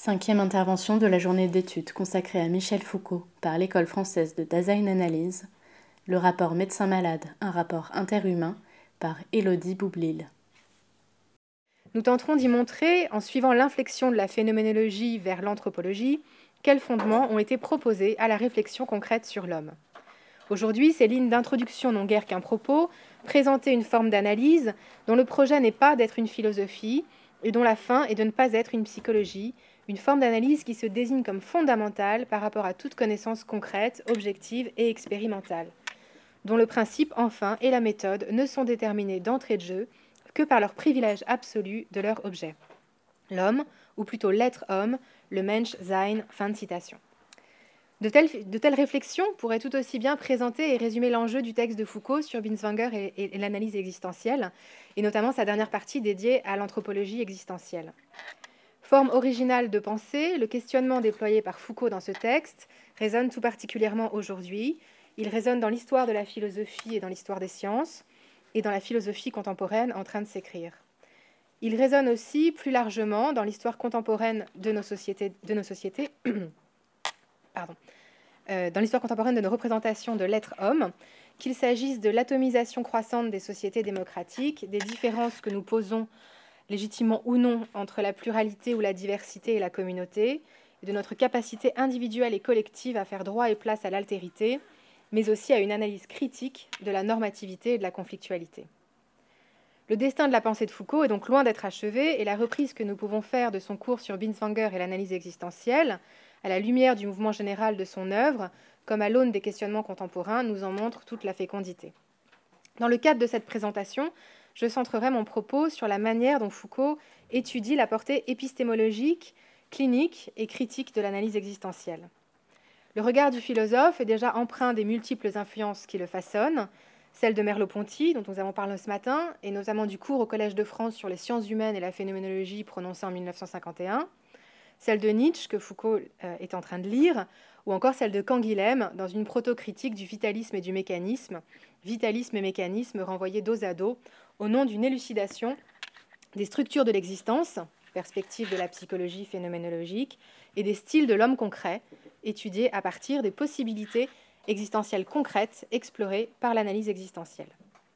Cinquième intervention de la journée d'études consacrée à Michel Foucault par l'École française de Dasein-Analyse, le rapport Médecin-malade, un rapport interhumain, par Élodie Boublil. Nous tenterons d'y montrer, en suivant l'inflexion de la phénoménologie vers l'anthropologie, quels fondements ont été proposés à la réflexion concrète sur l'homme. Aujourd'hui, ces lignes d'introduction n'ont guère qu'un propos, présenter une forme d'analyse dont le projet n'est pas d'être une philosophie et dont la fin est de ne pas être une psychologie, une forme d'analyse qui se désigne comme fondamentale par rapport à toute connaissance concrète, objective et expérimentale, dont le principe, enfin, et la méthode ne sont déterminés d'entrée de jeu que par leur privilège absolu de leur objet. L'homme, ou plutôt l'être homme, le Menschsein, fin de citation. De telles réflexions pourraient tout aussi bien présenter et résumer l'enjeu du texte de Foucault sur Binswanger et l'analyse existentielle, et notamment sa dernière partie dédiée à l'anthropologie existentielle. Forme originale de pensée, le questionnement déployé par Foucault dans ce texte résonne tout particulièrement aujourd'hui. Il résonne dans l'histoire de la philosophie et dans l'histoire des sciences, et dans la philosophie contemporaine en train de s'écrire. Il résonne aussi plus largement dans l'histoire contemporaine de nos sociétés, dans l'histoire contemporaine de nos représentations de l'être homme, qu'il s'agisse de l'atomisation croissante des sociétés démocratiques, des différences que nous posons légitimement ou non entre la pluralité ou la diversité et la communauté, et de notre capacité individuelle et collective à faire droit et place à l'altérité, mais aussi à une analyse critique de la normativité et de la conflictualité. Le destin de la pensée de Foucault est donc loin d'être achevé, et la reprise que nous pouvons faire de son cours sur Binswanger et l'analyse existentielle, à la lumière du mouvement général de son œuvre, comme à l'aune des questionnements contemporains, nous en montre toute la fécondité. Dans le cadre de cette présentation, je centrerai mon propos sur la manière dont Foucault étudie la portée épistémologique, clinique et critique de l'analyse existentielle. Le regard du philosophe est déjà empreint des multiples influences qui le façonnent, celle de Merleau-Ponty, dont nous avons parlé ce matin, et notamment du cours au Collège de France sur les sciences humaines et la phénoménologie prononcé en 1951, celle de Nietzsche, que Foucault est en train de lire, ou encore celle de Canguilhem, dans une proto-critique du vitalisme et du mécanisme, vitalisme et mécanisme renvoyés dos à dos, au nom d'une élucidation des structures de l'existence, perspective de la psychologie phénoménologique, et des styles de l'homme concret, étudiés à partir des possibilités existentielles concrètes explorées par l'analyse existentielle.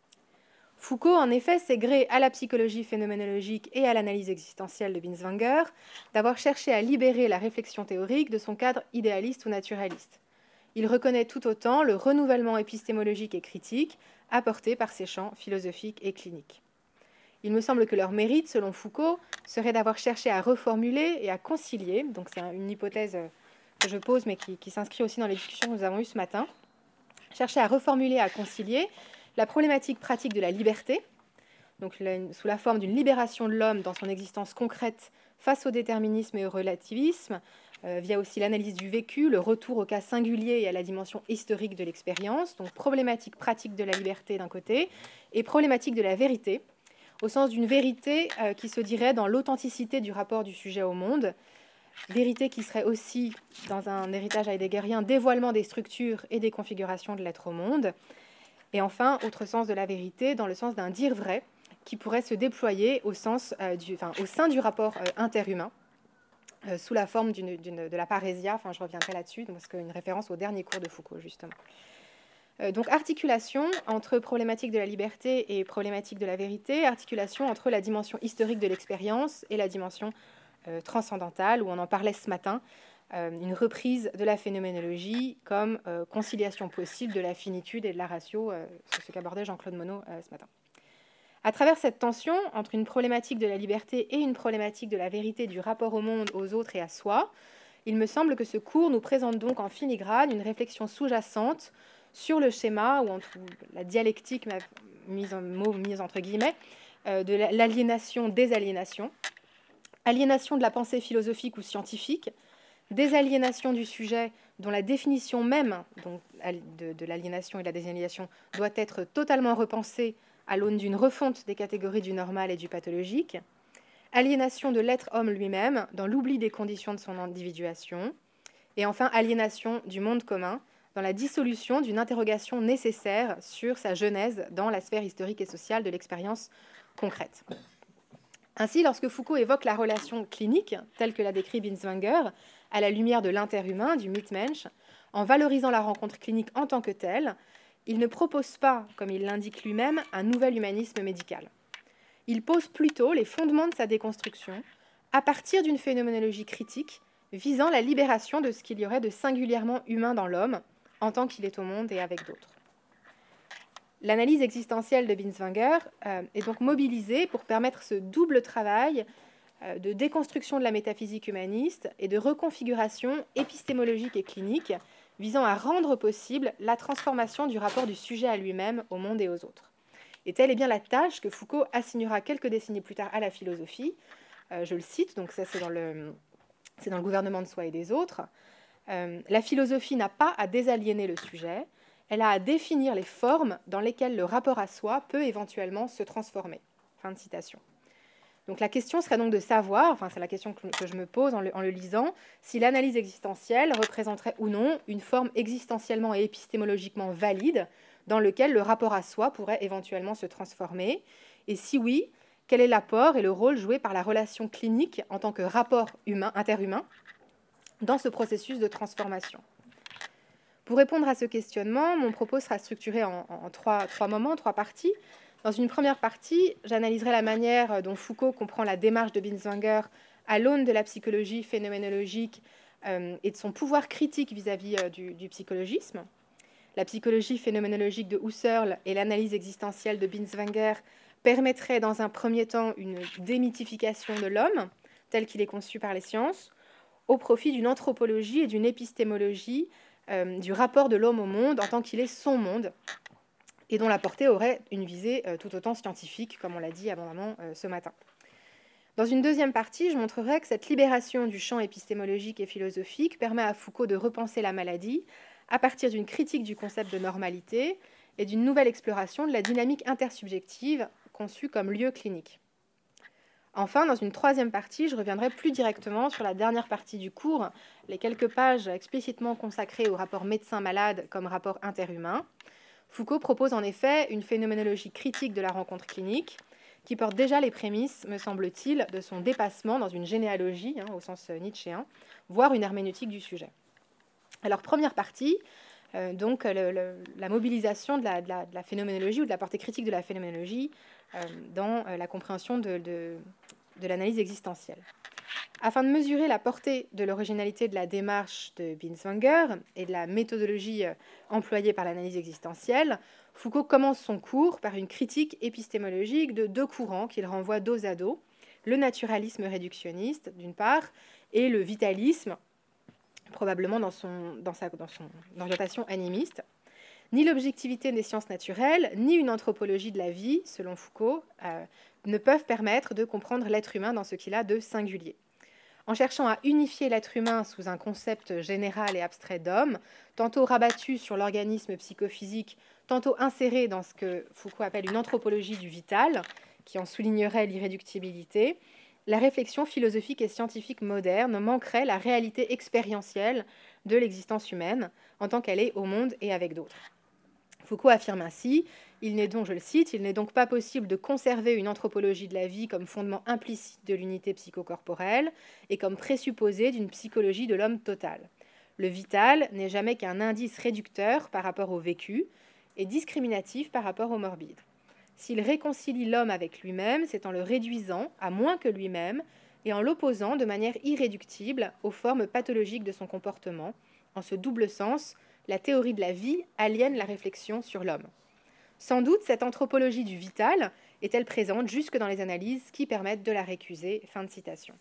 Foucault, en effet, s'est gré à la psychologie phénoménologique et à l'analyse existentielle de Binswanger d'avoir cherché à libérer la réflexion théorique de son cadre idéaliste ou naturaliste. Il reconnaît tout autant le renouvellement épistémologique et critique apporté par ces champs philosophiques et cliniques. Il me semble que leur mérite, selon Foucault, serait d'avoir cherché à reformuler et à concilier, donc c'est une hypothèse que je pose mais qui s'inscrit aussi dans les discussions que nous avons eues ce matin, chercher à reformuler et à concilier la problématique pratique de la liberté, donc sous la forme d'une libération de l'homme dans son existence concrète face au déterminisme et au relativisme, via aussi l'analyse du vécu, le retour au cas singulier et à la dimension historique de l'expérience, donc problématique pratique de la liberté d'un côté, et problématique de la vérité, au sens d'une vérité qui se dirait dans l'authenticité du rapport du sujet au monde, vérité qui serait aussi, dans un héritage heideggerien, dévoilement des structures et des configurations de l'être au monde. Et enfin, autre sens de la vérité, dans le sens d'un dire vrai, qui pourrait se déployer au sein du rapport interhumain, sous la forme de la parésia, je reviendrai là-dessus, parce qu'une référence au dernier cours de Foucault, justement. Donc articulation entre problématique de la liberté et problématique de la vérité, articulation entre la dimension historique de l'expérience et la dimension transcendantale, où on en parlait ce matin, une reprise de la phénoménologie comme conciliation possible de la finitude et de la ratio, c'est ce qu'abordait Jean-Claude Monod ce matin. À travers cette tension entre une problématique de la liberté et une problématique de la vérité du rapport au monde, aux autres et à soi, il me semble que ce cours nous présente donc en filigrane une réflexion sous-jacente sur le schéma, ou entre la dialectique mise entre guillemets, de l'aliénation-désaliénation, aliénation de la pensée philosophique ou scientifique, désaliénation du sujet dont la définition même donc, de l'aliénation et de la désaliénation doit être totalement repensée à l'aune d'une refonte des catégories du normal et du pathologique, aliénation de l'être homme lui-même dans l'oubli des conditions de son individuation, et enfin aliénation du monde commun dans la dissolution d'une interrogation nécessaire sur sa genèse dans la sphère historique et sociale de l'expérience concrète. Ainsi, lorsque Foucault évoque la relation clinique, telle que l'a décrit Binswanger, à la lumière de l'interhumain, du Mitmensch, en valorisant la rencontre clinique en tant que telle, il ne propose pas, comme il l'indique lui-même, un nouvel humanisme médical. Il pose plutôt les fondements de sa déconstruction à partir d'une phénoménologie critique visant la libération de ce qu'il y aurait de singulièrement humain dans l'homme en tant qu'il est au monde et avec d'autres. L'analyse existentielle de Binswanger est donc mobilisée pour permettre ce double travail de déconstruction de la métaphysique humaniste et de reconfiguration épistémologique et clinique visant à rendre possible la transformation du rapport du sujet à lui-même, au monde et aux autres. Et telle est bien la tâche que Foucault assignera quelques décennies plus tard à la philosophie. Je le cite, donc ça c'est dans le gouvernement de soi et des autres. La philosophie n'a pas à désaliéner le sujet, elle a à définir les formes dans lesquelles le rapport à soi peut éventuellement se transformer. Fin de citation. Donc la question serait donc de savoir, enfin c'est la question que je me pose en le lisant, si l'analyse existentielle représenterait ou non une forme existentiellement et épistémologiquement valide dans lequel le rapport à soi pourrait éventuellement se transformer, et si oui, quel est l'apport et le rôle joué par la relation clinique en tant que rapport interhumain dans ce processus de transformation. Pour répondre à ce questionnement, mon propos sera structuré en trois moments, trois parties. Dans une première partie, j'analyserai la manière dont Foucault comprend la démarche de Binswanger à l'aune de la psychologie phénoménologique et de son pouvoir critique vis-à-vis du psychologisme. La psychologie phénoménologique de Husserl et l'analyse existentielle de Binswanger permettraient dans un premier temps une démythification de l'homme, tel qu'il est conçu par les sciences, au profit d'une anthropologie et d'une épistémologie du rapport de l'homme au monde en tant qu'il est son monde, et dont la portée aurait une visée tout autant scientifique, comme on l'a dit abondamment ce matin. Dans une deuxième partie, je montrerai que cette libération du champ épistémologique et philosophique permet à Foucault de repenser la maladie à partir d'une critique du concept de normalité et d'une nouvelle exploration de la dynamique intersubjective conçue comme lieu clinique. Enfin, dans une troisième partie, je reviendrai plus directement sur la dernière partie du cours, les quelques pages explicitement consacrées au rapport médecin-malade comme rapport interhumain. Foucault propose en effet une phénoménologie critique de la rencontre clinique qui porte déjà les prémices, me semble-t-il, de son dépassement dans une généalogie, au sens nietzschéen, voire une herméneutique du sujet. Alors, première partie, donc la mobilisation de la phénoménologie ou de la portée critique de la phénoménologie dans la compréhension de l'analyse existentielle. Afin de mesurer la portée de l'originalité de la démarche de Binswanger et de la méthodologie employée par l'analyse existentielle, Foucault commence son cours par une critique épistémologique de deux courants qu'il renvoie dos à dos, le naturalisme réductionniste d'une part et le vitalisme, probablement dans son orientation animiste. Ni l'objectivité des sciences naturelles, ni une anthropologie de la vie, selon Foucault, ne peuvent permettre de comprendre l'être humain dans ce qu'il a de singulier. En cherchant à unifier l'être humain sous un concept général et abstrait d'homme, tantôt rabattu sur l'organisme psychophysique, tantôt inséré dans ce que Foucault appelle une anthropologie du vital, qui en soulignerait l'irréductibilité, la réflexion philosophique et scientifique moderne manquerait la réalité expérientielle de l'existence humaine en tant qu'elle est au monde et avec d'autres. Foucault affirme ainsi, il n'est donc, je le cite, il n'est donc pas possible de conserver une anthropologie de la vie comme fondement implicite de l'unité psychocorporelle et comme présupposé d'une psychologie de l'homme total. Le vital n'est jamais qu'un indice réducteur par rapport au vécu et discriminatif par rapport au morbide. S'il réconcilie l'homme avec lui-même, c'est en le réduisant à moins que lui-même et en l'opposant de manière irréductible aux formes pathologiques de son comportement. En ce double sens, la théorie de la vie aliène la réflexion sur l'homme. Sans doute, cette anthropologie du vital est-elle présente jusque dans les analyses qui permettent de la récuser. Fin de citation.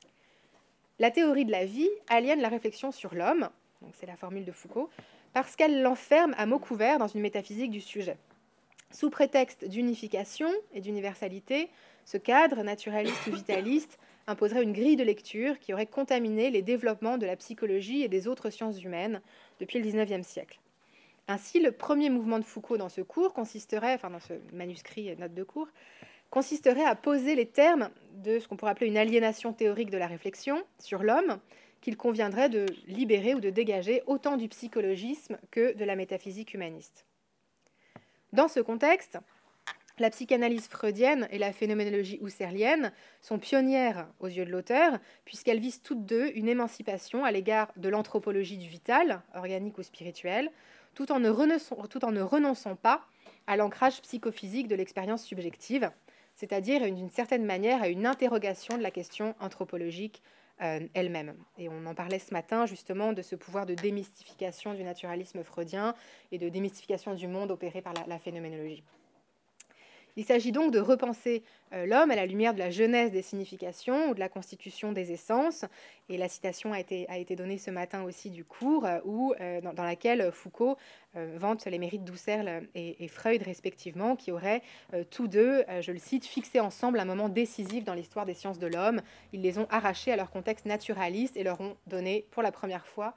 La théorie de la vie aliène la réflexion sur l'homme, donc c'est la formule de Foucault, parce qu'elle l'enferme à mots couverts dans une métaphysique du sujet. Sous prétexte d'unification et d'universalité, ce cadre, naturaliste ou vitaliste, imposerait une grille de lecture qui aurait contaminé les développements de la psychologie et des autres sciences humaines depuis le XIXe siècle. Ainsi, le premier mouvement de Foucault dans ce cours consisterait, dans ce manuscrit note de cours, consisterait à poser les termes de ce qu'on pourrait appeler une aliénation théorique de la réflexion sur l'homme, qu'il conviendrait de libérer ou de dégager autant du psychologisme que de la métaphysique humaniste. Dans ce contexte, La psychanalyse freudienne et la phénoménologie husserlienne sont pionnières aux yeux de l'auteur, puisqu'elles visent toutes deux une émancipation à l'égard de l'anthropologie du vital, organique ou spirituel, tout en ne renonçant pas à l'ancrage psychophysique de l'expérience subjective, c'est-à-dire d'une certaine manière à une interrogation de la question anthropologique elle-même. Et on en parlait ce matin justement de ce pouvoir de démystification du naturalisme freudien et de démystification du monde opéré par la phénoménologie. Il s'agit donc de repenser l'homme à la lumière de la genèse des significations ou de la constitution des essences. Et la citation a été donnée ce matin aussi du cours, dans laquelle Foucault vante les mérites d'Husserl et Freud respectivement, qui auraient tous deux, je le cite, fixé ensemble un moment décisif dans l'histoire des sciences de l'homme. Ils les ont arrachés à leur contexte naturaliste et leur ont donné pour la première fois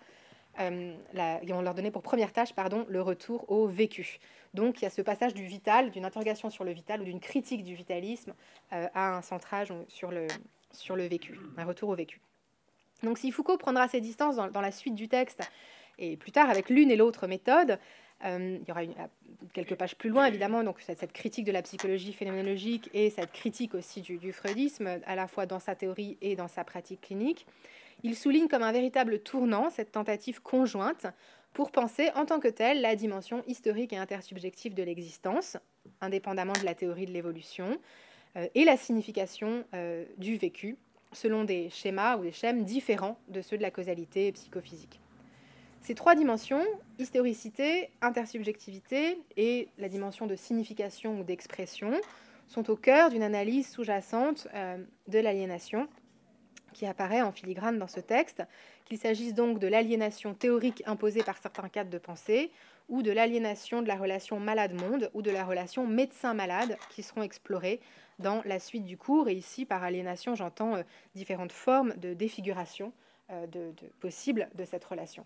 ils vont leur donner pour première tâche le retour au vécu. Donc il y a ce passage du vital, d'une interrogation sur le vital ou d'une critique du vitalisme à un centrage sur le vécu, un retour au vécu. Donc si Foucault prendra ses distances dans la suite du texte, et plus tard avec l'une et l'autre méthode, il y aura quelques pages plus loin évidemment donc cette critique de la psychologie phénoménologique et cette critique aussi du freudisme, à la fois dans sa théorie et dans sa pratique clinique. Il souligne comme un véritable tournant cette tentative conjointe pour penser en tant que telle la dimension historique et intersubjective de l'existence, indépendamment de la théorie de l'évolution, et la signification du vécu, selon des schémas ou des schèmes différents de ceux de la causalité psychophysique. Ces trois dimensions, historicité, intersubjectivité et la dimension de signification ou d'expression, sont au cœur d'une analyse sous-jacente de l'aliénation, qui apparaît en filigrane dans ce texte, qu'il s'agisse donc de l'aliénation théorique imposée par certains cadres de pensée, ou de l'aliénation de la relation malade-monde, ou de la relation médecin-malade, qui seront explorées dans la suite du cours. Et ici, par aliénation, j'entends différentes formes de défiguration possibles de cette relation.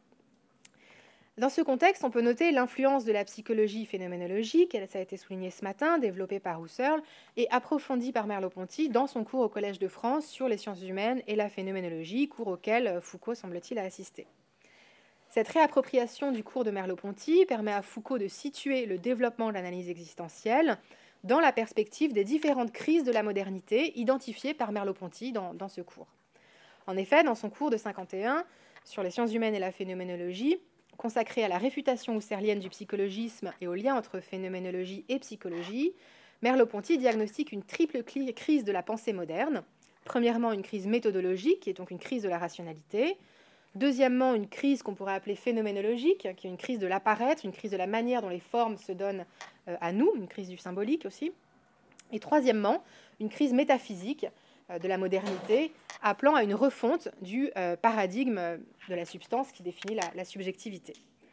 Dans ce contexte, on peut noter l'influence de la psychologie phénoménologique, ça a été souligné ce matin, développée par Husserl et approfondie par Merleau-Ponty dans son cours au Collège de France sur les sciences humaines et la phénoménologie, cours auquel Foucault, semble-t-il, a assisté. Cette réappropriation du cours de Merleau-Ponty permet à Foucault de situer le développement de l'analyse existentielle dans la perspective des différentes crises de la modernité identifiées par Merleau-Ponty dans ce cours. En effet, dans son cours de 51 sur les sciences humaines et la phénoménologie, consacré à la réfutation husserlienne du psychologisme et au lien entre phénoménologie et psychologie, Merleau-Ponty diagnostique une triple crise de la pensée moderne. Premièrement, une crise méthodologique, qui est donc une crise de la rationalité. Deuxièmement, une crise qu'on pourrait appeler phénoménologique, qui est une crise de l'apparaître, une crise de la manière dont les formes se donnent à nous, une crise du symbolique aussi. Et troisièmement, une crise métaphysique de la modernité, appelant à une refonte du paradigme de la substance qui définit la subjectivité.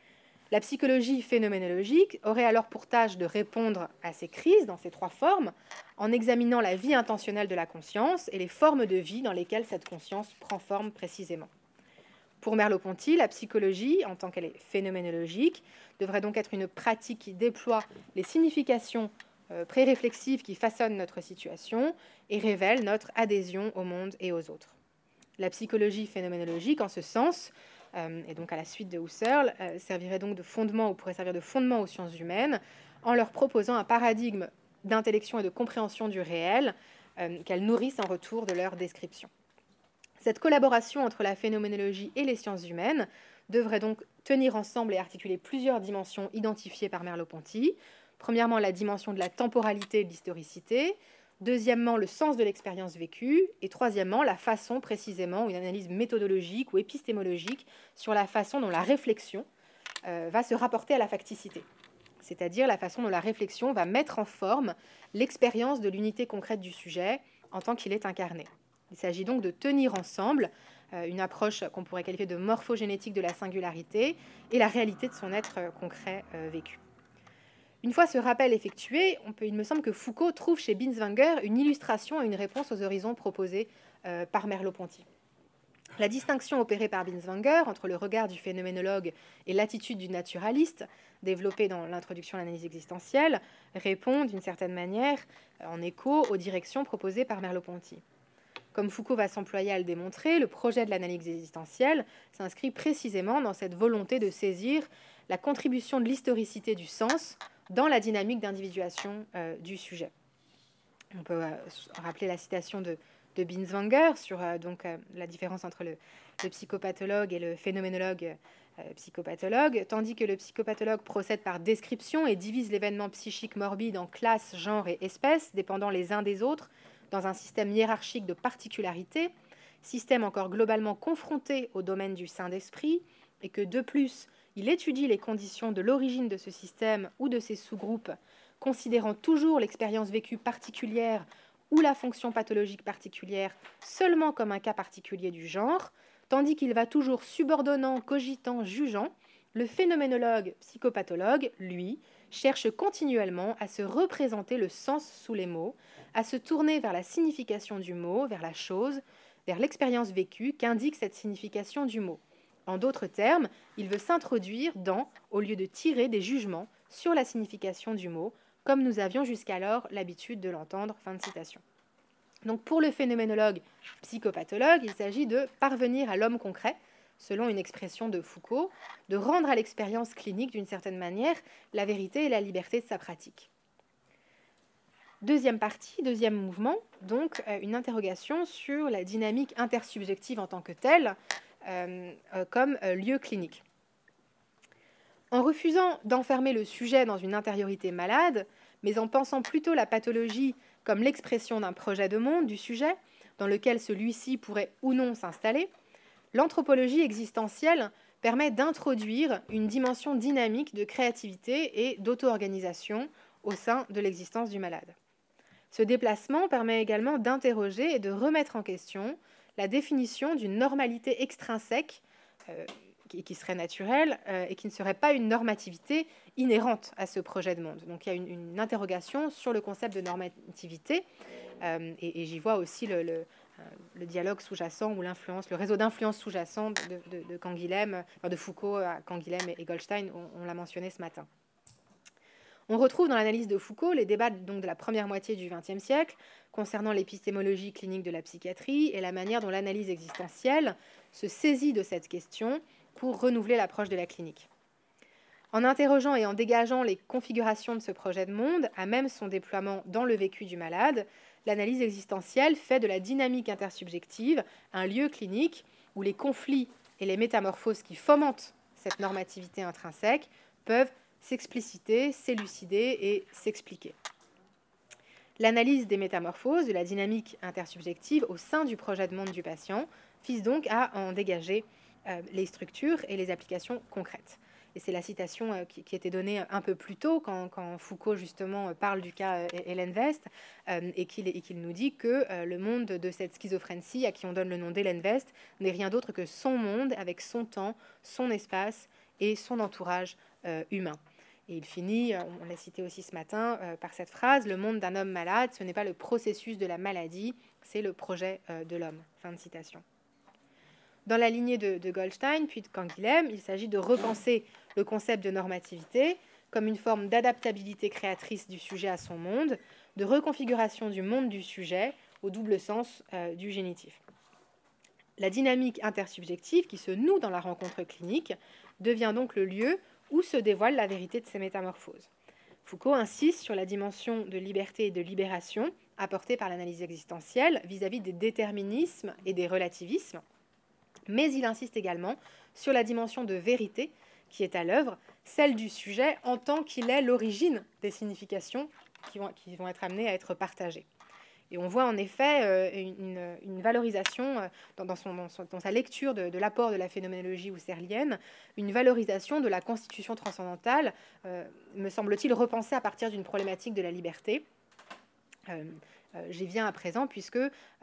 La psychologie phénoménologique aurait alors pour tâche de répondre à ces crises dans ces trois formes, en examinant la vie intentionnelle de la conscience et les formes de vie dans lesquelles cette conscience prend forme précisément. Pour Merleau-Ponty, la psychologie, en tant qu'elle est phénoménologique, devrait donc être une pratique qui déploie les significations pré-réflexives qui façonnent notre situation et révèlent notre adhésion au monde et aux autres. La psychologie phénoménologique, en ce sens, et donc à la suite de Husserl, servirait donc de fondement ou pourrait servir de fondement aux sciences humaines en leur proposant un paradigme d'intellection et de compréhension du réel qu'elles nourrissent en retour de leur description. Cette collaboration entre la phénoménologie et les sciences humaines devrait donc tenir ensemble et articuler plusieurs dimensions identifiées par Merleau-Ponty. Premièrement, la dimension de la temporalité et de l'historicité. Deuxièmement, le sens de l'expérience vécue. Et troisièmement, la façon précisément, une analyse méthodologique ou épistémologique sur la façon dont la réflexion va se rapporter à la facticité. C'est-à-dire la façon dont la réflexion va mettre en forme l'expérience de l'unité concrète du sujet en tant qu'il est incarné. Il s'agit donc de tenir ensemble une approche qu'on pourrait qualifier de morphogénétique de la singularité et la réalité de son être concret vécu. Une fois ce rappel effectué, il me semble que Foucault trouve chez Binswanger une illustration et une réponse aux horizons proposés par Merleau-Ponty. La distinction opérée par Binswanger entre le regard du phénoménologue et l'attitude du naturaliste, développée dans l'introduction à l'analyse existentielle, répond d'une certaine manière en écho aux directions proposées par Merleau-Ponty. Comme Foucault va s'employer à le démontrer, le projet de l'analyse existentielle s'inscrit précisément dans cette volonté de saisir la contribution de l'historicité du sens dans la dynamique d'individuation du sujet. On peut rappeler la citation de Binswanger sur la différence entre le psychopathologue et le phénoménologue psychopathologue. Tandis que le psychopathologue procède par description et divise l'événement psychique morbide en classes, genres et espèces, dépendant les uns des autres, dans un système hiérarchique de particularités, système encore globalement confronté au domaine du saint d'esprit, et que de plus, il étudie les conditions de l'origine de ce système ou de ses sous-groupes, considérant toujours l'expérience vécue particulière ou la fonction pathologique particulière seulement comme un cas particulier du genre, tandis qu'il va toujours subordonnant, cogitant, jugeant, le phénoménologue psychopathologue, lui, cherche continuellement à se représenter le sens sous les mots, à se tourner vers la signification du mot, vers la chose, vers l'expérience vécue qu'indique cette signification du mot. En d'autres termes, il veut s'introduire dans, au lieu de tirer des jugements sur la signification du mot, comme nous avions jusqu'alors l'habitude de l'entendre. Fin de citation. Donc pour le phénoménologue psychopathologue, il s'agit de parvenir à l'homme concret, selon une expression de Foucault, de rendre à l'expérience clinique d'une certaine manière la vérité et la liberté de sa pratique. Deuxième partie, deuxième mouvement, donc une interrogation sur la dynamique intersubjective en tant que telle, comme lieu clinique. En refusant d'enfermer le sujet dans une intériorité malade, mais en pensant plutôt la pathologie comme l'expression d'un projet de monde du sujet, dans lequel celui-ci pourrait ou non s'installer, l'anthropologie existentielle permet d'introduire une dimension dynamique de créativité et d'auto-organisation au sein de l'existence du malade. Ce déplacement permet également d'interroger et de remettre en question la définition d'une normalité extrinsèque qui serait naturelle et qui ne serait pas une normativité inhérente à ce projet de monde. Donc il y a une interrogation sur le concept de normativité et j'y vois aussi le dialogue sous-jacent ou l'influence, le réseau d'influence sous-jacent de Canguilhem, de Foucault à Canguilhem et Goldstein, on l'a mentionné ce matin. On retrouve dans l'analyse de Foucault les débats donc de la première moitié du XXe siècle concernant l'épistémologie clinique de la psychiatrie et la manière dont l'analyse existentielle se saisit de cette question pour renouveler l'approche de la clinique. En interrogeant et en dégageant les configurations de ce projet de monde, à même son déploiement dans le vécu du malade, l'analyse existentielle fait de la dynamique intersubjective un lieu clinique où les conflits et les métamorphoses qui fomentent cette normativité intrinsèque peuvent s'expliciter, s'élucider et s'expliquer. L'analyse des métamorphoses, de la dynamique intersubjective au sein du projet de monde du patient vise donc à en dégager les structures et les applications concrètes. Et c'est la citation qui était donnée un peu plus tôt quand Foucault justement parle du cas Hélène West et qu'il nous dit que le monde de cette schizophrénie à qui on donne le nom d'Hélène West n'est rien d'autre que son monde avec son temps, son espace et son entourage humain. Et il finit, on l'a cité aussi ce matin, par cette phrase « Le monde d'un homme malade, ce n'est pas le processus de la maladie, c'est le projet de l'homme ». Fin de citation. Dans la lignée de Goldstein, puis de Canguilhem, il s'agit de repenser le concept de normativité comme une forme d'adaptabilité créatrice du sujet à son monde, de reconfiguration du monde du sujet au double sens du génitif. La dynamique intersubjective qui se noue dans la rencontre clinique devient donc le lieu où se dévoile la vérité de ces métamorphoses. Foucault insiste sur la dimension de liberté et de libération apportée par l'analyse existentielle vis-à-vis des déterminismes et des relativismes, mais il insiste également sur la dimension de vérité qui est à l'œuvre, celle du sujet en tant qu'il est l'origine des significations qui vont être amenées à être partagées. Et on voit en effet une valorisation dans sa lecture de l'apport de la phénoménologie husserlienne, une valorisation de la constitution transcendantale, me semble-t-il, repensée à partir d'une problématique de la liberté. J'y viens à présent puisque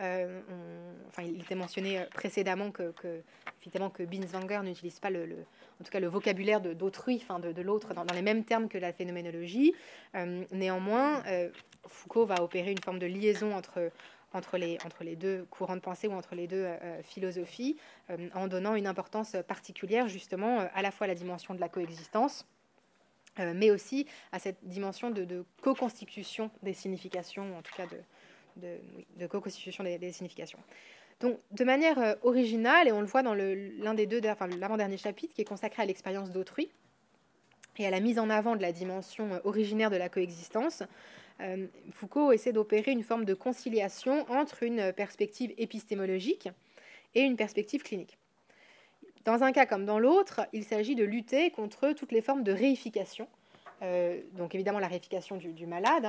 il était mentionné précédemment que Binswanger n'utilise pas en tout cas le vocabulaire d'autrui, de l'autre, dans les mêmes termes que la phénoménologie. Néanmoins, Foucault va opérer une forme de liaison entre les deux courants de pensée ou entre les deux philosophies, en donnant une importance particulière justement à la fois à la dimension de la coexistence, mais aussi à cette dimension de co-constitution des significations, en tout cas de co-constitution des significations. Donc, de manière originale, et on le voit dans l'un des deux, l'avant-dernier chapitre qui est consacré à l'expérience d'autrui, et à la mise en avant de la dimension originaire de la coexistence, Foucault essaie d'opérer une forme de conciliation entre une perspective épistémologique et une perspective clinique. Dans un cas comme dans l'autre, il s'agit de lutter contre toutes les formes de réification. Donc évidemment la réification du malade,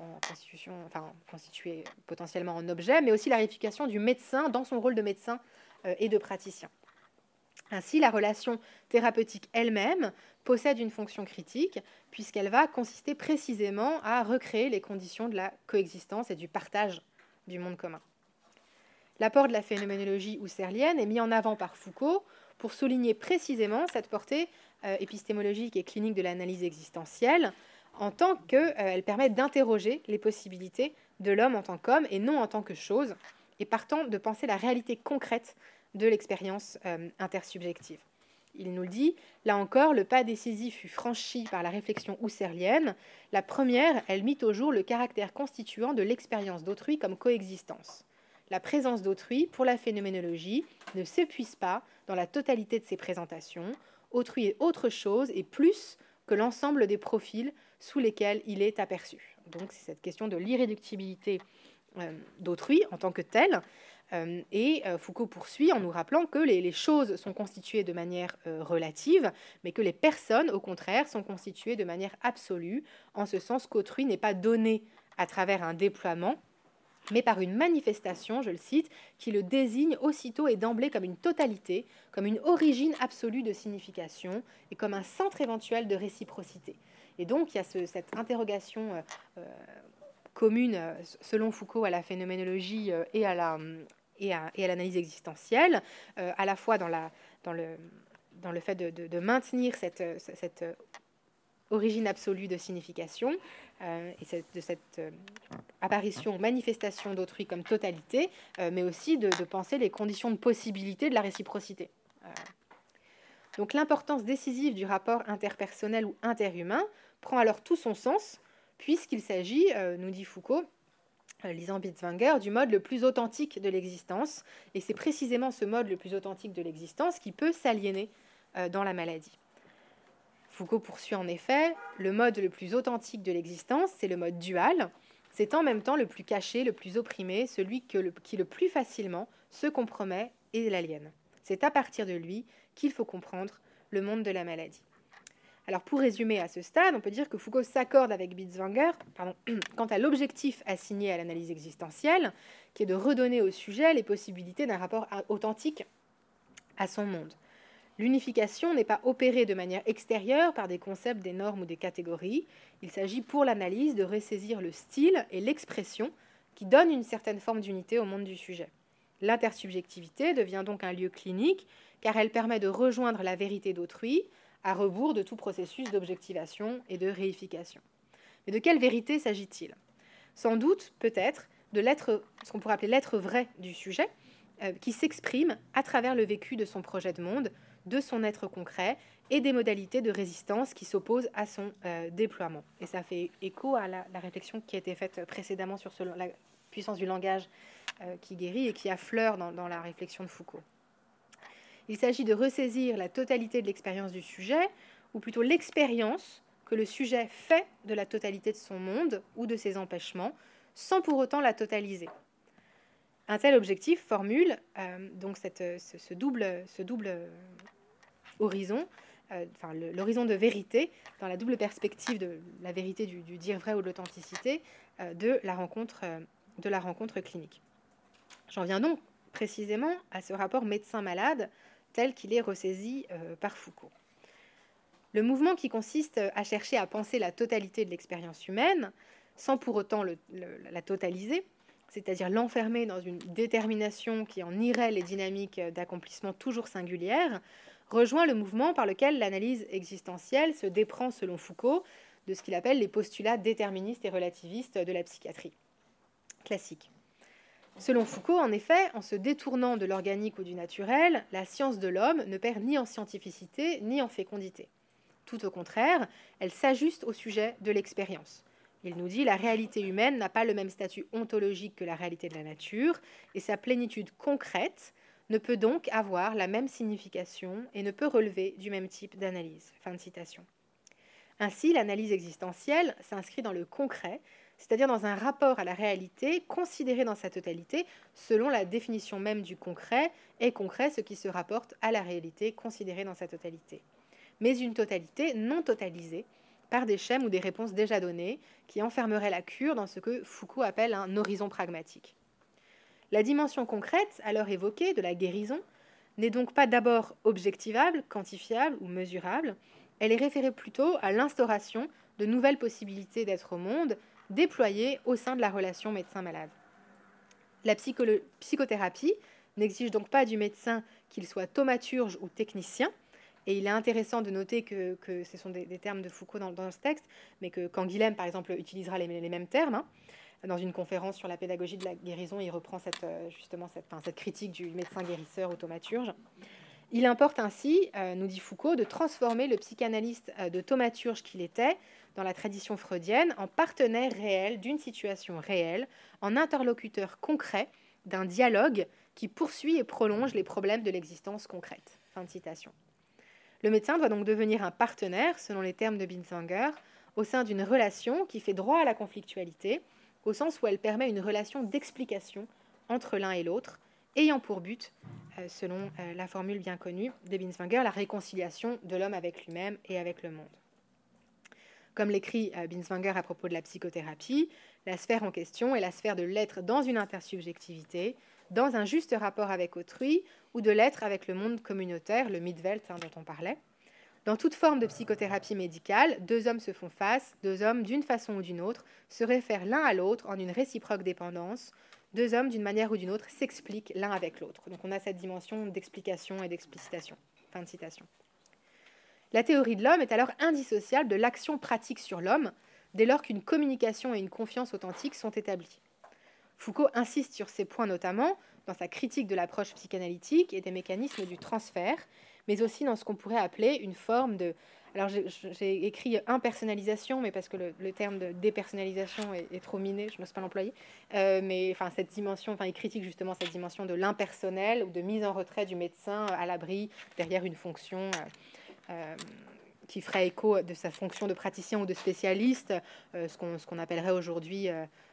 constitué potentiellement en objet, mais aussi la réification du médecin dans son rôle de médecin et de praticien. Ainsi, la relation thérapeutique elle-même possède une fonction critique, puisqu'elle va consister précisément à recréer les conditions de la coexistence et du partage du monde commun. L'apport de la phénoménologie husserlienne est mis en avant par Foucault pour souligner précisément cette portée épistémologique et clinique de l'analyse existentielle, en tant qu'elle permet d'interroger les possibilités de l'homme en tant qu'homme et non en tant que chose, et partant de penser la réalité concrète de l'expérience intersubjective. Il nous le dit, là encore, le pas décisif fut franchi par la réflexion husserlienne. La première, elle mit au jour le caractère constituant de l'expérience d'autrui comme coexistence. La présence d'autrui, pour la phénoménologie, ne s'épuise pas dans la totalité de ses présentations. Autrui est autre chose et plus que l'ensemble des profils sous lesquels il est aperçu. Donc c'est cette question de l'irréductibilité d'autrui en tant que tel. Et Foucault poursuit en nous rappelant que les choses sont constituées de manière relative, mais que les personnes, au contraire, sont constituées de manière absolue, en ce sens qu'autrui n'est pas donné à travers un déploiement, mais par une manifestation, je le cite, qui le désigne aussitôt et d'emblée comme une totalité, comme une origine absolue de signification et comme un centre éventuel de réciprocité. Et donc, il y a cette interrogation commune, selon Foucault, à la phénoménologie et à l'analyse existentielle, à la fois dans le fait de maintenir cette origine absolue de signification et de cette apparition, manifestation d'autrui comme totalité, mais aussi de penser les conditions de possibilité de la réciprocité. Donc l'importance décisive du rapport interpersonnel ou interhumain prend alors tout son sens, puisqu'il s'agit, nous dit Foucault, lisant Bitzwanger, du mode le plus authentique de l'existence, et c'est précisément ce mode le plus authentique de l'existence qui peut s'aliéner dans la maladie. Foucault poursuit en effet, le mode le plus authentique de l'existence, c'est le mode dual, c'est en même temps le plus caché, le plus opprimé, celui qui le plus facilement se compromet et l'aliène. C'est à partir de lui qu'il faut comprendre le monde de la maladie. Alors pour résumer à ce stade, on peut dire que Foucault s'accorde avec Bitzwanger quant à l'objectif assigné à l'analyse existentielle, qui est de redonner au sujet les possibilités d'un rapport authentique à son monde. L'unification n'est pas opérée de manière extérieure par des concepts, des normes ou des catégories. Il s'agit pour l'analyse de ressaisir le style et l'expression qui donnent une certaine forme d'unité au monde du sujet. L'intersubjectivité devient donc un lieu clinique car elle permet de rejoindre la vérité d'autrui à rebours de tout processus d'objectivation et de réification. Mais de quelle vérité s'agit-il ? Sans doute, peut-être, de l'être, ce qu'on pourrait appeler l'être vrai du sujet, qui s'exprime à travers le vécu de son projet de monde, de son être concret et des modalités de résistance qui s'opposent à son déploiement. Et ça fait écho à la réflexion qui a été faite précédemment sur la puissance du langage qui guérit et qui affleure dans la réflexion de Foucault. Il s'agit de ressaisir la totalité de l'expérience du sujet, ou plutôt l'expérience que le sujet fait de la totalité de son monde ou de ses empêchements, sans pour autant la totaliser. Un tel objectif formule donc ce double horizon, l'horizon de vérité, dans la double perspective de la vérité du dire vrai ou de l'authenticité, de la rencontre clinique. J'en viens donc précisément à ce rapport médecin-malade tel qu'il est ressaisi par Foucault. Le mouvement qui consiste à chercher à penser la totalité de l'expérience humaine, sans pour autant la totaliser, c'est-à-dire l'enfermer dans une détermination qui en irait les dynamiques d'accomplissement toujours singulières, rejoint le mouvement par lequel l'analyse existentielle se déprend, selon Foucault, de ce qu'il appelle les postulats déterministes et relativistes de la psychiatrie classique. Selon Foucault, en effet, en se détournant de l'organique ou du naturel, la science de l'homme ne perd ni en scientificité ni en fécondité. Tout au contraire, elle s'ajuste au sujet de l'expérience. Il nous dit la réalité humaine n'a pas le même statut ontologique que la réalité de la nature, et sa plénitude concrète ne peut donc avoir la même signification et ne peut relever du même type d'analyse. Fin de citation. Ainsi, l'analyse existentielle s'inscrit dans le concret, c'est-à-dire dans un rapport à la réalité considéré dans sa totalité, selon la définition même du concret, est concret ce qui se rapporte à la réalité considérée dans sa totalité. Mais une totalité non totalisée par des schèmes ou des réponses déjà données, qui enfermeraient la cure dans ce que Foucault appelle un horizon pragmatique. La dimension concrète, alors évoquée, de la guérison, n'est donc pas d'abord objectivable, quantifiable ou mesurable, elle est référée plutôt à l'instauration de nouvelles possibilités d'être au monde, déployées au sein de la relation médecin-malade. La psychothérapie n'exige donc pas du médecin qu'il soit thaumaturge ou technicien, et il est intéressant de noter que ce sont des termes de Foucault dans ce texte, mais que Canguilhem, par exemple, utilisera les mêmes termes. Dans une conférence sur la pédagogie de la guérison, il reprend cette critique du médecin guérisseur ou thaumaturge. Il importe ainsi, nous dit Foucault, de transformer le psychanalyste de thaumaturge qu'il était, dans la tradition freudienne, en partenaire réel d'une situation réelle, en interlocuteur concret d'un dialogue qui poursuit et prolonge les problèmes de l'existence concrète. Fin de citation. Le médecin doit donc devenir un partenaire, selon les termes de Binswanger, au sein d'une relation qui fait droit à la conflictualité, au sens où elle permet une relation d'explication entre l'un et l'autre, ayant pour but, selon la formule bien connue de Binswanger, la réconciliation de l'homme avec lui-même et avec le monde. Comme l'écrit Binswanger à propos de la psychothérapie, la sphère en question est la sphère de l'être dans une intersubjectivité, dans un juste rapport avec autrui, ou de l'être avec le monde communautaire, le Mitwelt dont on parlait. Dans toute forme de psychothérapie médicale, deux hommes se font face, deux hommes, d'une façon ou d'une autre, se réfèrent l'un à l'autre en une réciproque dépendance, deux hommes, d'une manière ou d'une autre, s'expliquent l'un avec l'autre. Donc on a cette dimension d'explication et d'explicitation. Fin de citation. La théorie de l'homme est alors indissociable de l'action pratique sur l'homme, dès lors qu'une communication et une confiance authentique sont établies. Foucault insiste sur ces points notamment dans sa critique de l'approche psychanalytique et des mécanismes du transfert, mais aussi dans ce qu'on pourrait appeler une forme de... Alors j'ai écrit impersonnalisation, mais parce que le terme de dépersonnalisation est trop miné, je n'ose pas l'employer, mais enfin, cette dimension, il critique justement cette dimension de l'impersonnel ou de mise en retrait du médecin à l'abri derrière une fonction qui ferait écho de sa fonction de praticien ou de spécialiste, ce qu'on appellerait aujourd'hui,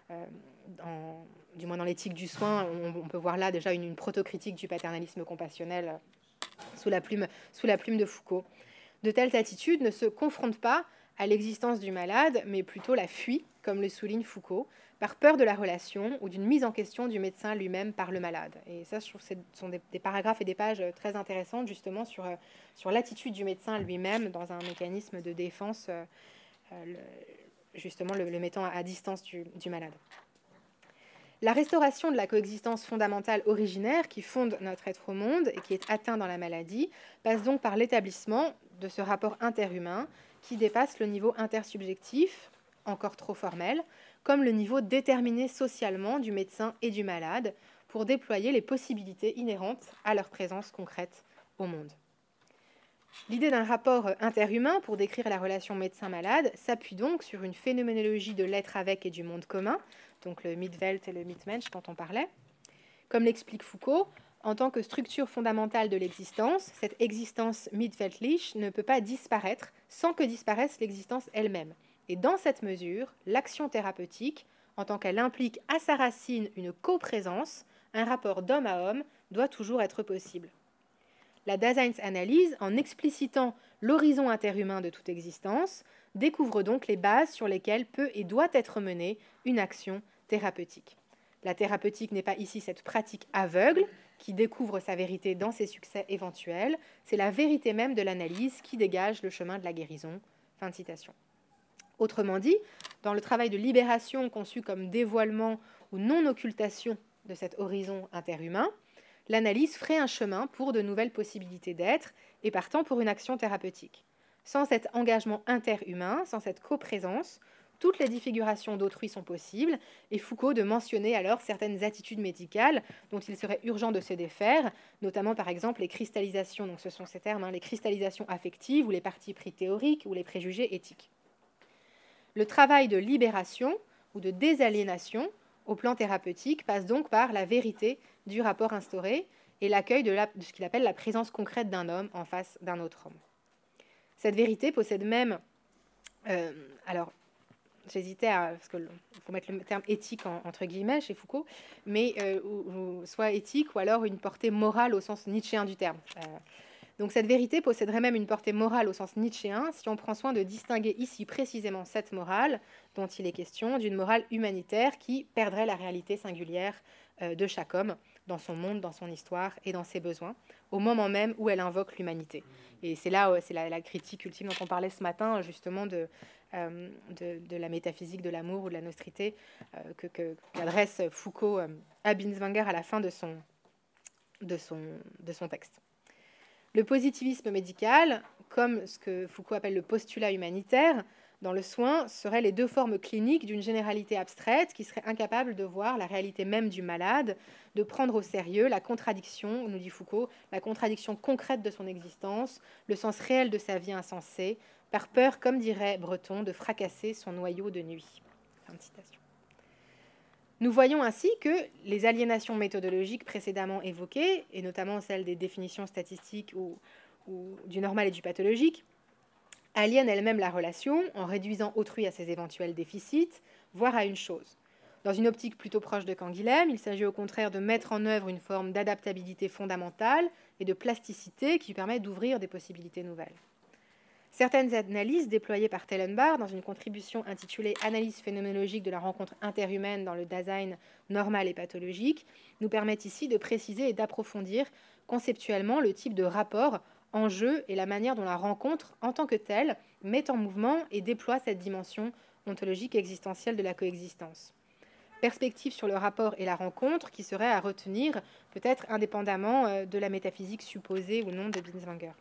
du moins dans l'éthique du soin, on peut voir là déjà une protocritique du paternalisme compassionnel sous la plume de Foucault. De telles attitudes ne se confrontent pas à l'existence du malade, mais plutôt la fuient, comme le souligne Foucault, par peur de la relation ou d'une mise en question du médecin lui-même par le malade. Et ça, je trouve que ce sont des paragraphes et des pages très intéressantes, justement, sur l'attitude du médecin lui-même dans un mécanisme de défense, justement le mettant à distance du malade. La restauration de la coexistence fondamentale originaire qui fonde notre être au monde et qui est atteint dans la maladie passe donc par l'établissement de ce rapport interhumain qui dépasse le niveau intersubjectif, encore trop formel, comme le niveau déterminé socialement du médecin et du malade pour déployer les possibilités inhérentes à leur présence concrète au monde. L'idée d'un rapport interhumain pour décrire la relation médecin-malade s'appuie donc sur une phénoménologie de l'être avec et du monde commun, donc le Mitwelt et le Mitmensch dont on parlait. Comme l'explique Foucault, en tant que structure fondamentale de l'existence, cette existence mitweltliche ne peut pas disparaître sans que disparaisse l'existence elle-même. Et dans cette mesure, l'action thérapeutique, en tant qu'elle implique à sa racine une coprésence, un rapport d'homme à homme, doit toujours être possible. La Daseinsanalyse, en explicitant l'horizon interhumain de toute existence, découvre donc les bases sur lesquelles peut et doit être menée une action thérapeutique. La thérapeutique n'est pas ici cette pratique aveugle qui découvre sa vérité dans ses succès éventuels, c'est la vérité même de l'analyse qui dégage le chemin de la guérison. Fin de citation. Autrement dit, dans le travail de libération conçu comme dévoilement ou non-occultation de cet horizon interhumain, l'analyse ferait un chemin pour de nouvelles possibilités d'être et partant pour une action thérapeutique. Sans cet engagement interhumain, sans cette coprésence, toutes les défigurations d'autrui sont possibles et Foucault de mentionner alors certaines attitudes médicales dont il serait urgent de se défaire, notamment par exemple les cristallisations, donc ce sont ces termes, les cristallisations affectives ou les partis pris théoriques ou les préjugés éthiques. Le travail de libération ou de désaliénation au plan thérapeutique passe donc par la vérité du rapport instauré et l'accueil de ce qu'il appelle la présence concrète d'un homme en face d'un autre homme. Cette vérité possède même Alors, j'hésitais parce qu'il faut mettre le terme éthique entre guillemets chez Foucault, mais soit éthique ou alors une portée morale au sens nietzschéen du terme. Donc cette vérité posséderait même une portée morale au sens nietzschéen si on prend soin de distinguer ici précisément cette morale dont il est question d'une morale humanitaire qui perdrait la réalité singulière de chaque homme dans son monde, dans son histoire et dans ses besoins, au moment même où elle invoque l'humanité. Et c'est là, c'est la critique ultime dont on parlait ce matin, justement, de la métaphysique de l'amour ou de la nostrité qu'adresse Foucault à Binswanger à la fin de son texte. Le positivisme médical, comme ce que Foucault appelle le postulat humanitaire, dans le soin, seraient les deux formes cliniques d'une généralité abstraite qui serait incapable de voir la réalité même du malade, de prendre au sérieux la contradiction, nous dit Foucault, la contradiction concrète de son existence, le sens réel de sa vie insensée, par peur, comme dirait Breton, de fracasser son noyau de nuit. Fin de citation. Nous voyons ainsi que les aliénations méthodologiques précédemment évoquées, et notamment celles des définitions statistiques ou du normal et du pathologique, aliènent elles-mêmes la relation en réduisant autrui à ses éventuels déficits, voire à une chose. Dans une optique plutôt proche de Canguilhem, il s'agit au contraire de mettre en œuvre une forme d'adaptabilité fondamentale et de plasticité qui permet d'ouvrir des possibilités nouvelles. Certaines analyses déployées par Tellenbach dans une contribution intitulée « Analyse phénoménologique de la rencontre interhumaine dans le Dasein normal et pathologique » nous permettent ici de préciser et d'approfondir conceptuellement le type de rapport en jeu et la manière dont la rencontre, en tant que telle, met en mouvement et déploie cette dimension ontologique existentielle de la coexistence. Perspective sur le rapport et la rencontre qui serait à retenir peut-être indépendamment de la métaphysique supposée ou non de Binswanger.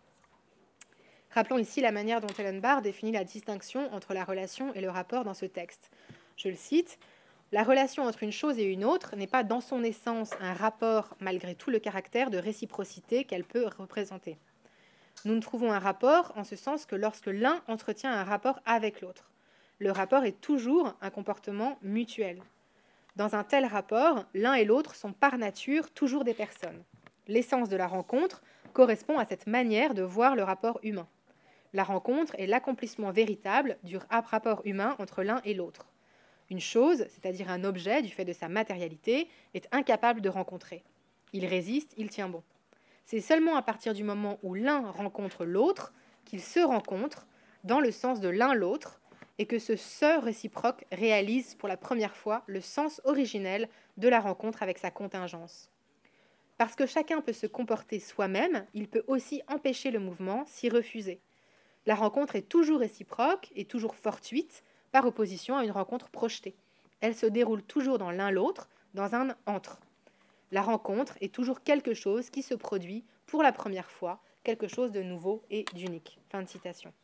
Rappelons ici la manière dont Tellenbach définit la distinction entre la relation et le rapport dans ce texte. Je le cite, « La relation entre une chose et une autre n'est pas dans son essence un rapport malgré tout le caractère de réciprocité qu'elle peut représenter. Nous ne trouvons un rapport en ce sens que lorsque l'un entretient un rapport avec l'autre. Le rapport est toujours un comportement mutuel. Dans un tel rapport, l'un et l'autre sont par nature toujours des personnes. L'essence de la rencontre correspond à cette manière de voir le rapport humain. La rencontre est l'accomplissement véritable du rapport humain entre l'un et l'autre. Une chose, c'est-à-dire un objet, du fait de sa matérialité, est incapable de rencontrer. Il résiste, il tient bon. C'est seulement à partir du moment où l'un rencontre l'autre qu'il se rencontre dans le sens de l'un l'autre et que ce réciproque réalise pour la première fois le sens originel de la rencontre avec sa contingence. Parce que chacun peut se comporter soi-même, il peut aussi empêcher le mouvement, s'y refuser. La rencontre est toujours réciproque et toujours fortuite, par opposition à une rencontre projetée. Elle se déroule toujours dans l'un l'autre, dans un entre. La rencontre est toujours quelque chose qui se produit pour la première fois, quelque chose de nouveau et d'unique. Fin de citation.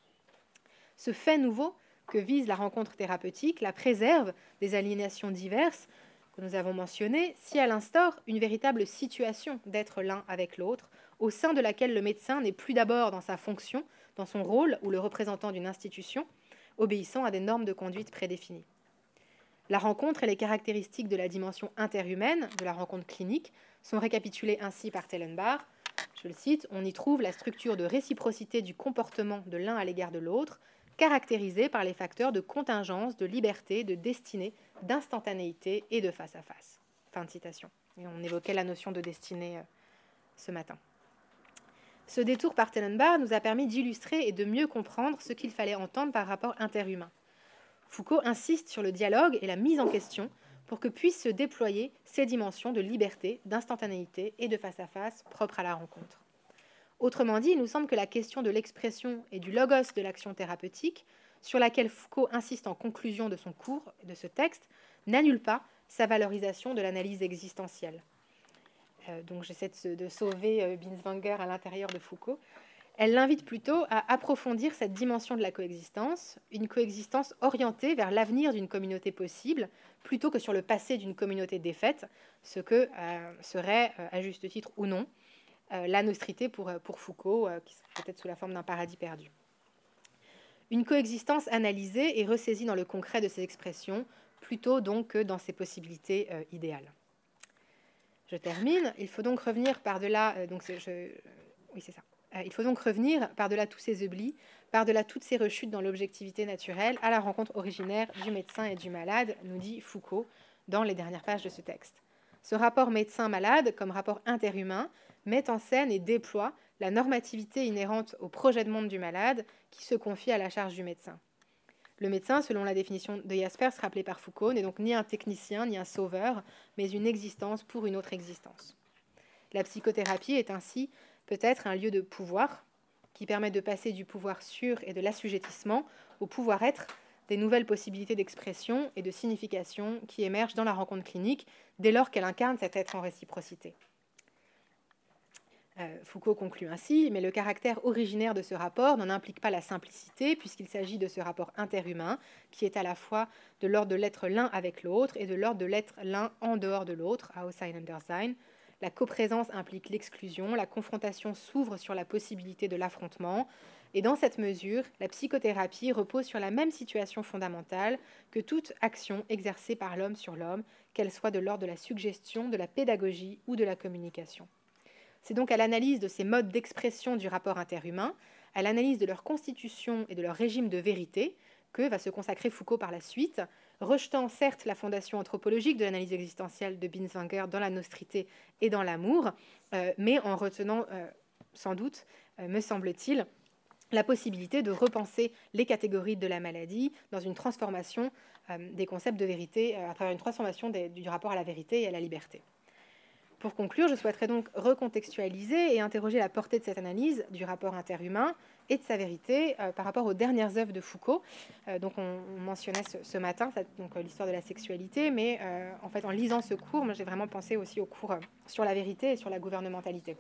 Ce fait nouveau que vise la rencontre thérapeutique la préserve des aliénations diverses que nous avons mentionnées si elle instaure une véritable situation d'être l'un avec l'autre, au sein de laquelle le médecin n'est plus d'abord dans sa fonction, dans son rôle ou le représentant d'une institution, obéissant à des normes de conduite prédéfinies. La rencontre et les caractéristiques de la dimension interhumaine de la rencontre clinique sont récapitulées ainsi par Tellenbach. Je le cite, « On y trouve la structure de réciprocité du comportement de l'un à l'égard de l'autre, caractérisée par les facteurs de contingence, de liberté, de destinée, d'instantanéité et de face à face. » Fin de citation. Et on évoquait la notion de destinée ce matin. Ce détour par Tellenbach nous a permis d'illustrer et de mieux comprendre ce qu'il fallait entendre par rapport interhumain. Foucault insiste sur le dialogue et la mise en question pour que puissent se déployer ces dimensions de liberté, d'instantanéité et de face-à-face propres à la rencontre. Autrement dit, il nous semble que la question de l'expression et du logos de l'action thérapeutique, sur laquelle Foucault insiste en conclusion de son cours, de ce texte, n'annule pas sa valorisation de l'analyse existentielle. Donc j'essaie de sauver Binswanger à l'intérieur de Foucault. Elle l'invite plutôt à approfondir cette dimension de la coexistence, une coexistence orientée vers l'avenir d'une communauté possible, plutôt que sur le passé d'une communauté défaite, ce que serait, à juste titre ou non, la nostrité pour Foucault, qui serait peut-être sous la forme d'un paradis perdu. Une coexistence analysée et ressaisie dans le concret de ses expressions, plutôt donc que dans ses possibilités idéales. Je termine. Il faut donc revenir par-delà. Oui, c'est ça. Il faut donc revenir par-delà tous ces oublis, par-delà toutes ces rechutes dans l'objectivité naturelle, à la rencontre originaire du médecin et du malade, nous dit Foucault dans les dernières pages de ce texte. Ce rapport médecin-malade, comme rapport interhumain, met en scène et déploie la normativité inhérente au projet de monde du malade qui se confie à la charge du médecin. Le médecin, selon la définition de Jaspers rappelée par Foucault, n'est donc ni un technicien ni un sauveur, mais une existence pour une autre existence. La psychothérapie est ainsi peut-être un lieu de pouvoir qui permet de passer du pouvoir sur et de l'assujettissement au pouvoir-être, des nouvelles possibilités d'expression et de signification qui émergent dans la rencontre clinique dès lors qu'elle incarne cet être en réciprocité. Foucault conclut ainsi, mais le caractère originaire de ce rapport n'en implique pas la simplicité, puisqu'il s'agit de ce rapport interhumain, qui est à la fois de l'ordre de l'être l'un avec l'autre et de l'ordre de l'être l'un en dehors de l'autre, Ausein und Sein. La coprésence implique l'exclusion, la confrontation s'ouvre sur la possibilité de l'affrontement, et dans cette mesure, la psychothérapie repose sur la même situation fondamentale que toute action exercée par l'homme sur l'homme, qu'elle soit de l'ordre de la suggestion, de la pédagogie ou de la communication. C'est donc à l'analyse de ces modes d'expression du rapport interhumain, à l'analyse de leur constitution et de leur régime de vérité, que va se consacrer Foucault par la suite, rejetant certes la fondation anthropologique de l'analyse existentielle de Binswanger dans la nostrité et dans l'amour, mais en retenant sans doute, me semble-t-il, la possibilité de repenser les catégories de la maladie dans une transformation des concepts de vérité, à travers une transformation du rapport à la vérité et à la liberté. Pour conclure, je souhaiterais donc recontextualiser et interroger la portée de cette analyse du rapport interhumain et de sa vérité par rapport aux dernières œuvres de Foucault. Donc on mentionnait ce matin donc, l'histoire de la sexualité, mais en fait en lisant ce cours, moi j'ai vraiment pensé aussi au cours sur la vérité et sur la gouvernementalité.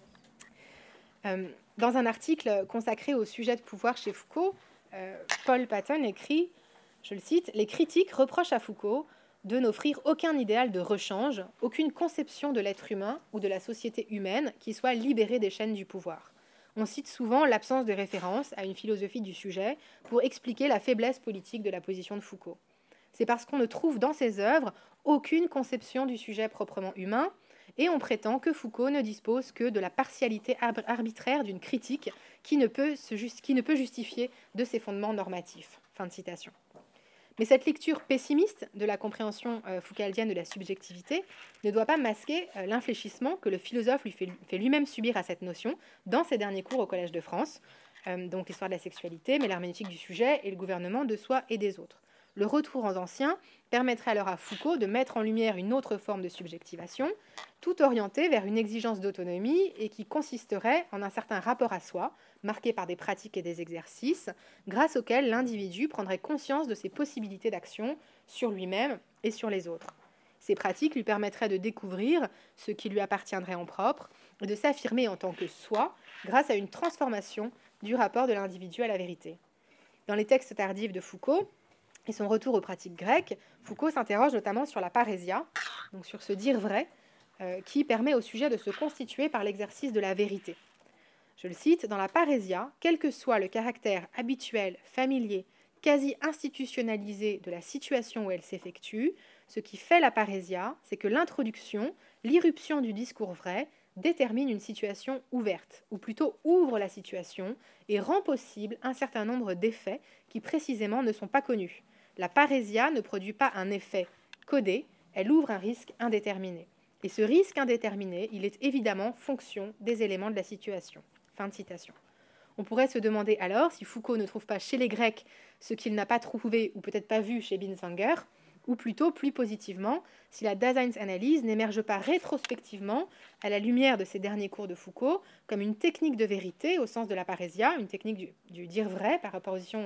Dans un article consacré au sujet de pouvoir chez Foucault, Paul Patton écrit, je le cite, « Les critiques reprochent à Foucault de n'offrir aucun idéal de rechange, aucune conception de l'être humain ou de la société humaine qui soit libérée des chaînes du pouvoir. On cite souvent l'absence de référence à une philosophie du sujet pour expliquer la faiblesse politique de la position de Foucault. C'est parce qu'on ne trouve dans ses œuvres aucune conception du sujet proprement humain, et on prétend que Foucault ne dispose que de la partialité arbitraire d'une critique qui ne peut justifier de ses fondements normatifs. » Fin de citation. Mais cette lecture pessimiste de la compréhension foucaldienne de la subjectivité ne doit pas masquer l'infléchissement que le philosophe lui fait lui-même subir à cette notion dans ses derniers cours au Collège de France, donc l'histoire de la sexualité, mais l'herméneutique du sujet et le gouvernement de soi et des autres. Le retour aux anciens permettrait alors à Foucault de mettre en lumière une autre forme de subjectivation, tout orientée vers une exigence d'autonomie et qui consisterait en un certain rapport à soi, marqué par des pratiques et des exercices, grâce auxquels l'individu prendrait conscience de ses possibilités d'action sur lui-même et sur les autres. Ces pratiques lui permettraient de découvrir ce qui lui appartiendrait en propre et de s'affirmer en tant que soi grâce à une transformation du rapport de l'individu à la vérité. Dans les textes tardifs de Foucault et son retour aux pratiques grecques, Foucault s'interroge notamment sur la parésia, donc sur ce dire vrai, qui permet au sujet de se constituer par l'exercice de la vérité. Je le cite, « Dans la parésia, quel que soit le caractère habituel, familier, quasi institutionnalisé de la situation où elle s'effectue, ce qui fait la parésia, c'est que l'introduction, l'irruption du discours vrai, détermine une situation ouverte, ou plutôt ouvre la situation et rend possible un certain nombre d'effets qui précisément ne sont pas connus. La parésia ne produit pas un effet codé, elle ouvre un risque indéterminé. Et ce risque indéterminé, il est évidemment fonction des éléments de la situation. » Fin de citation. On pourrait se demander alors si Foucault ne trouve pas chez les Grecs ce qu'il n'a pas trouvé ou peut-être pas vu chez Binswanger, ou plutôt, plus positivement, si la Daseinsanalyse n'émerge pas rétrospectivement, à la lumière de ces derniers cours de Foucault, comme une technique de vérité au sens de la parésia, une technique du dire vrai par opposition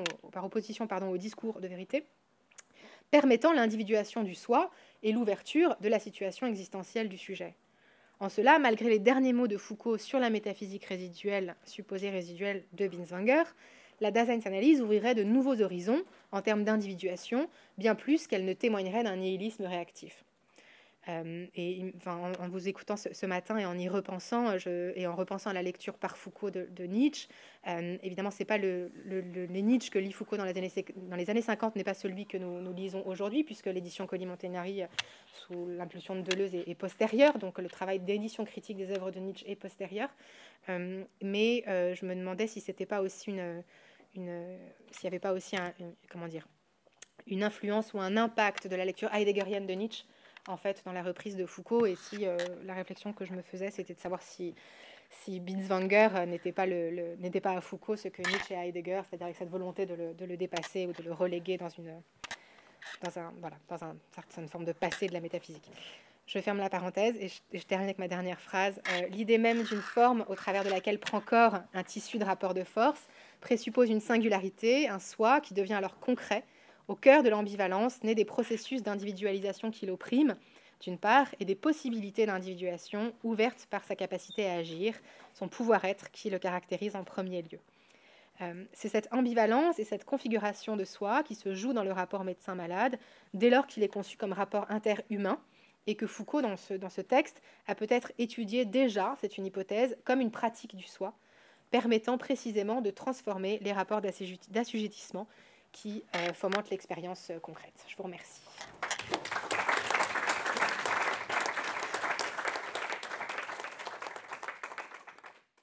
au discours de vérité, permettant l'individuation du soi et l'ouverture de la situation existentielle du sujet. En cela, malgré les derniers mots de Foucault sur la métaphysique résiduelle, supposée résiduelle de Binswanger, la Daseinsanalyse ouvrirait de nouveaux horizons en termes d'individuation, bien plus qu'elle ne témoignerait d'un nihilisme réactif. En vous écoutant ce matin et en y repensant, et en repensant à la lecture par Foucault de Nietzsche, évidemment, c'est pas le Nietzsche que lit Foucault dans les années 50 n'est pas celui que nous lisons aujourd'hui, puisque l'édition Colli-Montanari, sous l'impulsion de Deleuze, est postérieure, donc le travail d'édition critique des œuvres de Nietzsche est postérieur. Mais je me demandais si c'était pas aussi s'il n'y avait pas aussi une influence ou un impact de la lecture heideggerienne de Nietzsche en fait dans la reprise de Foucault, et si la réflexion que je me faisais, c'était de savoir si Binswanger n'était pas à Foucault ce que Nietzsche est à Heidegger, c'est-à-dire avec cette volonté de le dépasser ou de le reléguer dans une certaine forme de passé de la métaphysique. Je ferme la parenthèse et je termine avec ma dernière phrase. L'idée même d'une forme au travers de laquelle prend corps un tissu de rapport de force présuppose une singularité, un soi qui devient alors concret, au cœur de l'ambivalence née des processus d'individualisation qui l'oppriment, d'une part, et des possibilités d'individuation ouvertes par sa capacité à agir, son pouvoir-être qui le caractérise en premier lieu. C'est cette ambivalence et cette configuration de soi qui se joue dans le rapport médecin-malade, dès lors qu'il est conçu comme rapport interhumain, et que Foucault, dans ce texte, a peut-être étudié déjà, c'est une hypothèse, comme une pratique du soi, permettant précisément de transformer les rapports d'assujettissement qui fomentent l'expérience concrète. Je vous remercie.